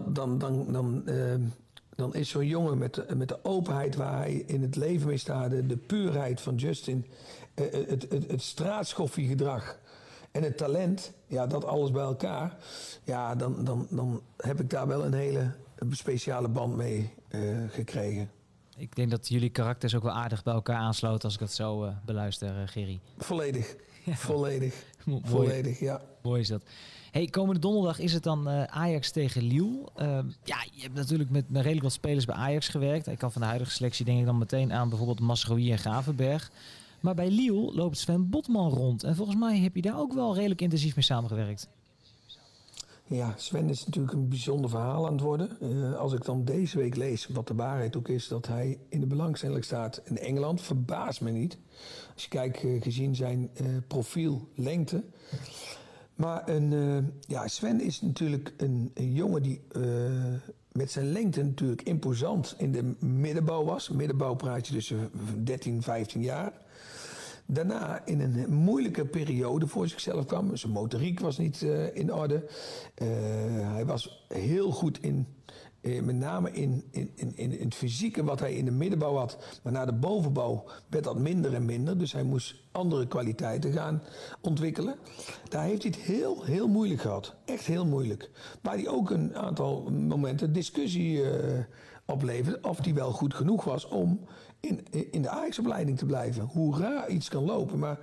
dan is zo'n jongen met de openheid waar hij in het leven mee staat... de puurheid van Justin, het straatschoffiegedrag... en het talent, ja, dat alles bij elkaar... ja, dan heb ik daar wel een hele speciale band mee gekregen. Ik denk dat jullie karakters ook wel aardig bij elkaar aansloten... als ik dat zo beluister, Gerry. Volledig. Ja. Volledig, ja. Mooi is dat. Hey, komende donderdag is het dan Ajax tegen Lille. Je hebt natuurlijk met redelijk wat spelers bij Ajax gewerkt. Ik kan van de huidige selectie denk ik dan meteen aan bijvoorbeeld Masraoui en Gravenberg. Maar bij Lille loopt Sven Botman rond. En volgens mij heb je daar ook wel redelijk intensief mee samengewerkt. Ja, Sven is natuurlijk een bijzonder verhaal aan het worden. Als ik dan deze week lees wat de waarheid ook is... dat hij in de belangstelling staat in Engeland, verbaast me niet. Als je kijkt gezien zijn profiel, lengte. Maar Sven is natuurlijk een jongen die met zijn lengte natuurlijk imposant in de middenbouw was. Middenbouw praat je tussen 13, 15 jaar. Daarna in een moeilijke periode voor zichzelf kwam. Zijn motoriek was niet in orde. Hij was heel goed met name in het fysieke wat hij in de middenbouw had. Maar na de bovenbouw werd dat minder en minder. Dus hij moest andere kwaliteiten gaan ontwikkelen. Daar heeft hij het heel, heel moeilijk gehad. Echt heel moeilijk. Waar hij ook een aantal momenten discussie opleverde. Of hij wel goed genoeg was om in de Ajax-opleiding te blijven. Hoe raar iets kan lopen. Maar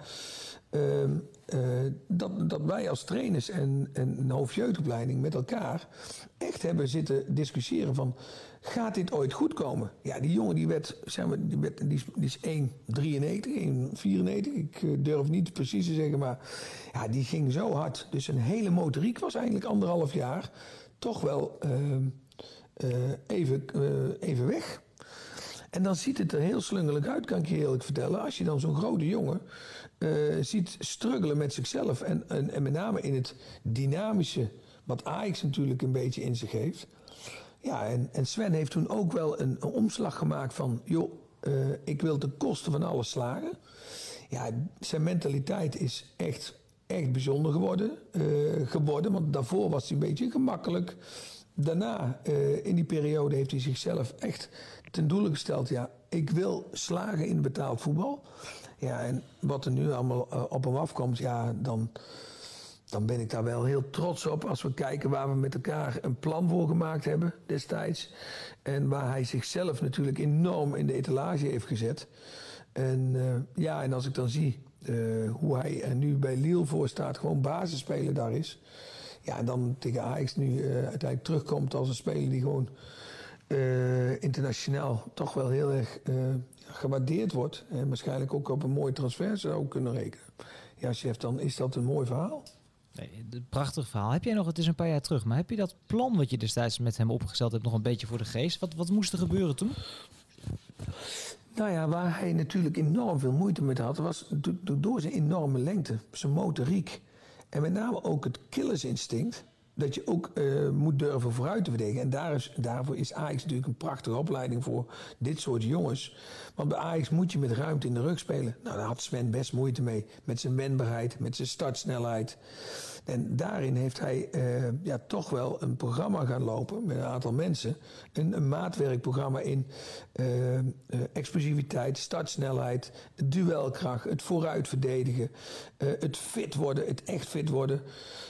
dat wij als trainers en een hoofdjeugdopleiding met elkaar echt hebben zitten discussiëren van, gaat dit ooit goed komen? Ja, die jongen die is 1,93, 1,94. Ik durf niet precies te zeggen, maar ja, die ging zo hard. Dus een hele motoriek was eigenlijk 1,5 jaar toch wel even weg. En dan ziet het er heel slungelijk uit, kan ik je eerlijk vertellen. Als je dan zo'n grote jongen ziet struggelen met zichzelf. En met name in het dynamische, wat Ajax natuurlijk een beetje in zich heeft. Ja, en Sven heeft toen ook wel een omslag gemaakt van, joh, ik wil ten koste van alles slagen. Ja, zijn mentaliteit is echt bijzonder geworden. Want daarvoor was hij een beetje gemakkelijk. Daarna, in die periode, heeft hij zichzelf echt ten doel gesteld. Ja, ik wil slagen in betaald voetbal. Ja, en wat er nu allemaal op hem afkomt, ja, dan ben ik daar wel heel trots op. Als we kijken waar we met elkaar een plan voor gemaakt hebben destijds. En waar hij zichzelf natuurlijk enorm in de etalage heeft gezet. En als ik dan zie hoe hij er nu bij Lille voor staat, gewoon basisspeler daar is. Ja, en dan tegen Ajax nu uiteindelijk terugkomt als een speler die gewoon internationaal toch wel heel erg gewaardeerd wordt. En waarschijnlijk ook op een mooie transfer zou kunnen rekenen. Ja, chef, dan is dat een mooi verhaal. Nee, een prachtig verhaal. Heb jij nog, het is een paar jaar terug, maar heb je dat plan wat je destijds met hem opgesteld hebt nog een beetje voor de geest? Wat moest er gebeuren toen? Nou ja, waar hij natuurlijk enorm veel moeite mee had, was door zijn enorme lengte, zijn motoriek. En met name ook het killersinstinct. Dat je ook moet durven vooruit te verdedigen. En daarvoor is Ajax natuurlijk een prachtige opleiding voor dit soort jongens. Want bij Ajax moet je met ruimte in de rug spelen. Nou, daar had Sven best moeite mee. Met zijn wendbaarheid, met zijn startsnelheid. En daarin heeft hij toch wel een programma gaan lopen met een aantal mensen. Een maatwerkprogramma in explosiviteit, startsnelheid, duelkracht, het vooruit verdedigen, het fit worden, het echt fit worden.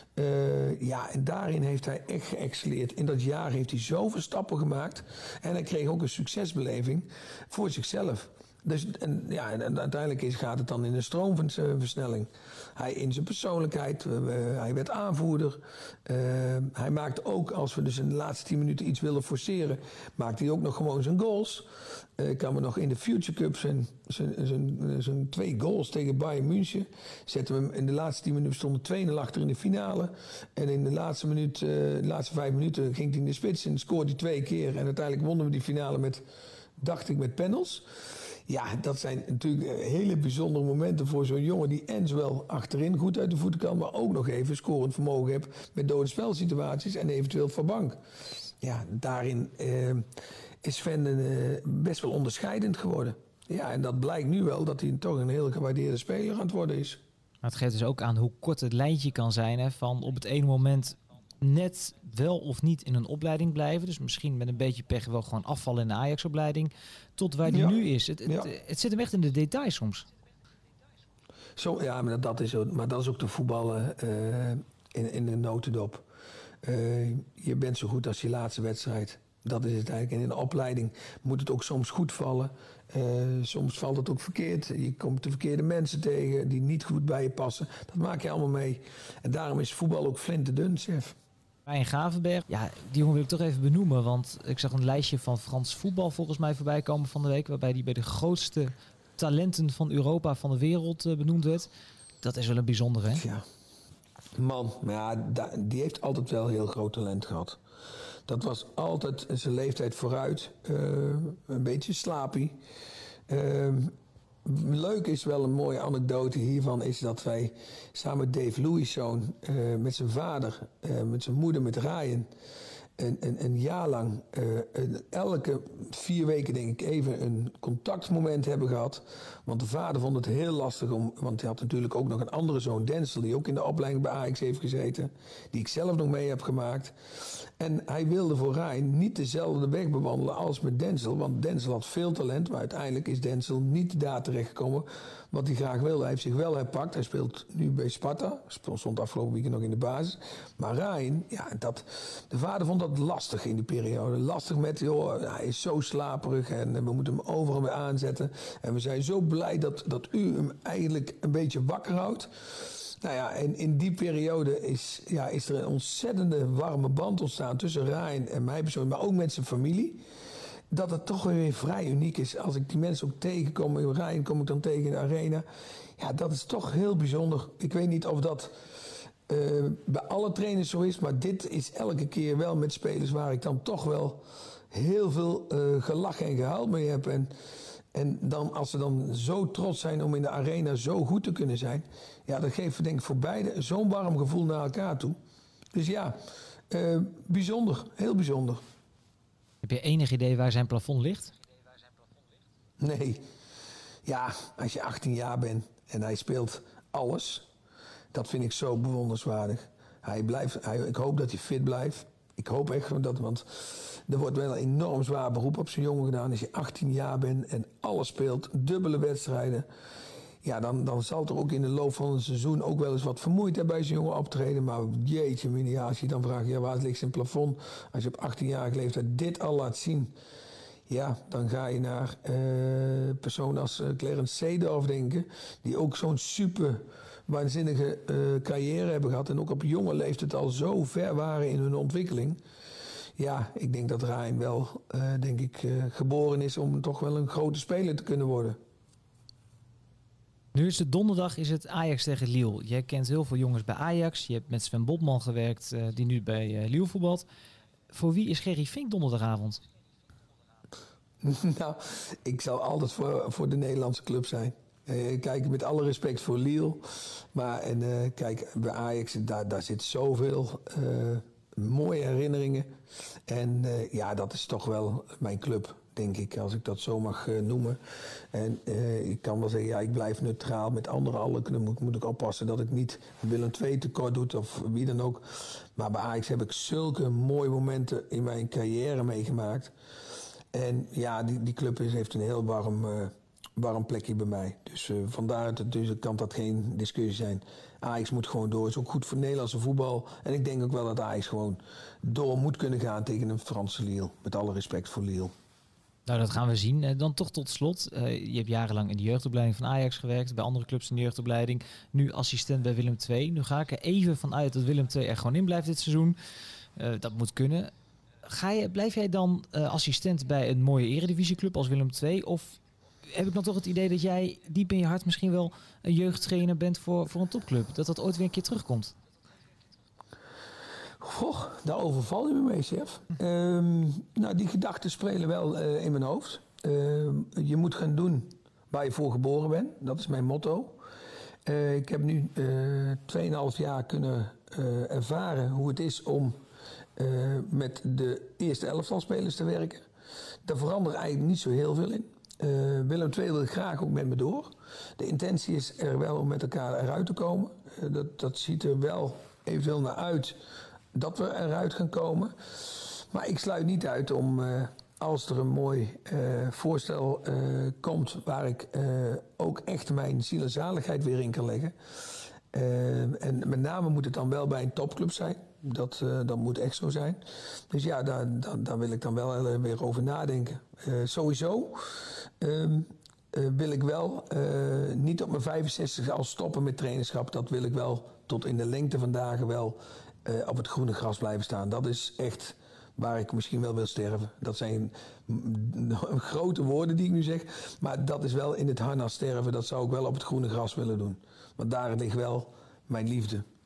En daarin heeft hij echt geëxceleerd. In dat jaar heeft hij zoveel stappen gemaakt. En hij kreeg ook een succesbeleving voor zichzelf. Dus, en uiteindelijk gaat het dan in een stroomversnelling. Hij in zijn persoonlijkheid, hij werd aanvoerder. Hij maakte ook, als we dus in de laatste 10 minuten iets wilden forceren, maakte hij ook nog gewoon zijn goals. Ik kan me nog in de Future Cup zijn 2 goals tegen Bayern München. Zetten we hem in de laatste 10 minuten, stonden 2-0 achter in de finale. En in de laatste 5 minuten ging hij in de spits en scoorde hij 2 keer. En uiteindelijk wonnen we die finale met panels. Ja, dat zijn natuurlijk hele bijzondere momenten voor zo'n jongen die en zowel achterin goed uit de voeten kan, maar ook nog even scorend vermogen heeft met dode spelsituaties en eventueel van bank. Ja, daarin is Sven best wel onderscheidend geworden. Ja, en dat blijkt nu wel dat hij toch een heel gewaardeerde speler aan het worden is. Maar het geeft dus ook aan hoe kort het lijntje kan zijn, hè, van op het ene moment net wel of niet in een opleiding blijven. Dus misschien met een beetje pech wel gewoon afvallen in de Ajax-opleiding. Tot waar die nu is. Het zit hem echt in de details soms. Zo, ja, maar dat is ook de voetballen in de notendop. Je bent zo goed als je laatste wedstrijd. Dat is het eigenlijk. En in de opleiding moet het ook soms goed vallen. Soms valt het ook verkeerd. Je komt de verkeerde mensen tegen die niet goed bij je passen. Dat maak je allemaal mee. En daarom is voetbal ook flinterdun, chef. Ryan Gravenberch, ja, die jongen wil ik toch even benoemen. Want ik zag een lijstje van Frans Voetbal volgens mij voorbij komen van de week. Waarbij die bij de grootste talenten van Europa, van de wereld benoemd werd. Dat is wel een bijzondere, hè? Ja. Man, maar ja, die heeft altijd wel heel groot talent gehad. Dat was altijd zijn leeftijd vooruit. Een beetje slapie. leuk is wel een mooie anekdote hiervan... is dat wij samen met Dave Louis' zoon... met zijn vader, met zijn moeder, met Ryan... een jaar lang elke 4 weken denk ik even een contactmoment hebben gehad. Want de vader vond het heel lastig want hij had natuurlijk ook nog een andere zoon, Denzel... die ook in de opleiding bij Ajax heeft gezeten. Die ik zelf nog mee heb gemaakt. En hij wilde voor Ryan niet dezelfde weg bewandelen als met Denzel. Want Denzel had veel talent, maar uiteindelijk is Denzel niet daar terechtgekomen... wat hij graag wilde. Hij heeft zich wel herpakt. Hij speelt nu bij Sparta. Stond afgelopen weekend nog in de basis. Maar Ryan, de vader vond dat lastig in die periode. Lastig met, hij is zo slaperig en we moeten hem overal mee aanzetten. En we zijn zo blij dat u hem eigenlijk een beetje wakker houdt. Nou ja, en in die periode is er een ontzettende warme band ontstaan tussen Ryan en mij persoonlijk, maar ook met zijn familie. Dat het toch weer vrij uniek is. Als ik die mensen ook tegenkom, Ryan kom ik dan tegen in de arena. Ja, dat is toch heel bijzonder. Ik weet niet of dat bij alle trainers zo is, maar dit is elke keer wel met spelers waar ik dan toch wel heel veel gelachen en gehuild mee heb. En dan, als ze dan zo trots zijn om in de arena zo goed te kunnen zijn... ja, dat geeft denk ik voor beide zo'n warm gevoel naar elkaar toe. Dus ja, bijzonder, heel bijzonder. Heb je enig idee waar zijn plafond ligt? Nee. Ja, als je 18 jaar bent en hij speelt alles... dat vind ik zo bewonderenswaardig. Ik hoop dat hij fit blijft. Ik hoop echt dat, want er wordt wel een enorm zwaar beroep op zo'n jongen gedaan. Als je 18 jaar bent en alles speelt, dubbele wedstrijden... ja, dan zal er ook in de loop van een seizoen ook wel eens wat vermoeidheid bij zo'n jongen optreden. Maar jeetje, Mini, als je dan vraagt, ja, waar ligt zijn plafond? Als je op 18-jarige leeftijd dit al laat zien... ja, dan ga je naar personen als Clarence Seedorf denken... die ook zo'n super waanzinnige carrière hebben gehad... en ook op jonge leeftijd al zo ver waren in hun ontwikkeling... Ja, ik denk dat Ryan wel, geboren is om toch wel een grote speler te kunnen worden. Nu is het donderdag, is het Ajax tegen Lille. Jij kent heel veel jongens bij Ajax. Je hebt met Sven Botman gewerkt, die nu bij Lille voetbalt. Voor wie is Gerry Fink donderdagavond? Nou, ik zal altijd voor de Nederlandse club zijn. Kijk, met alle respect voor Lille. Maar kijk, bij Ajax, daar zit zoveel... mooie herinneringen. En dat is toch wel mijn club, denk ik, als ik dat zo mag noemen. En ik kan wel zeggen, ja, ik blijf neutraal. Met anderen moet ik oppassen dat ik niet Willem II tekort doe of wie dan ook. Maar bij Ajax heb ik zulke mooie momenten in mijn carrière meegemaakt. En ja, die club heeft een heel warm plekje bij mij. Dus vandaar kan dat geen discussie zijn. Ajax moet gewoon door. Is ook goed voor het Nederlandse voetbal. En ik denk ook wel dat Ajax gewoon door moet kunnen gaan tegen een Franse Lille. Met alle respect voor Lille. Nou, dat gaan we zien. Dan toch tot slot. Je hebt jarenlang in de jeugdopleiding van Ajax gewerkt. Bij andere clubs in de jeugdopleiding. Nu assistent bij Willem II. Nu ga ik er even van uit dat Willem II er gewoon in blijft dit seizoen. Dat moet kunnen. Blijf jij dan assistent bij een mooie eredivisieclub als Willem II? Of heb ik dan toch het idee dat jij diep in je hart misschien wel een jeugdtrainer bent voor een topclub? Dat ooit weer een keer terugkomt? Goh, daar overval je me mee, chef. Nou, die gedachten spelen wel in mijn hoofd. Je moet gaan doen waar je voor geboren bent. Dat is mijn motto. Ik heb nu 2,5 jaar kunnen ervaren hoe het is om met de eerste elftalspelers te werken. Daar verandert eigenlijk niet zo heel veel in. Willem II wil graag ook met me door. De intentie is er wel om met elkaar eruit te komen. Dat ziet er wel eventueel naar uit dat we eruit gaan komen. Maar ik sluit niet uit om, als er een mooi voorstel komt... waar ik ook echt mijn ziel en zaligheid weer in kan leggen. En met name moet het dan wel bij een topclub zijn. Dat moet echt zo zijn. Dus ja, daar wil ik dan wel weer over nadenken. Sowieso wil ik wel niet op mijn 65 al stoppen met trainerschap. Dat wil ik wel tot in de lengte van dagen wel op het groene gras blijven staan. Dat is echt waar ik misschien wel wil sterven. Dat zijn grote woorden die ik nu zeg. Maar dat is wel in het harnas sterven. Dat zou ik wel op het groene gras willen doen. Want daar ligt wel mijn liefde.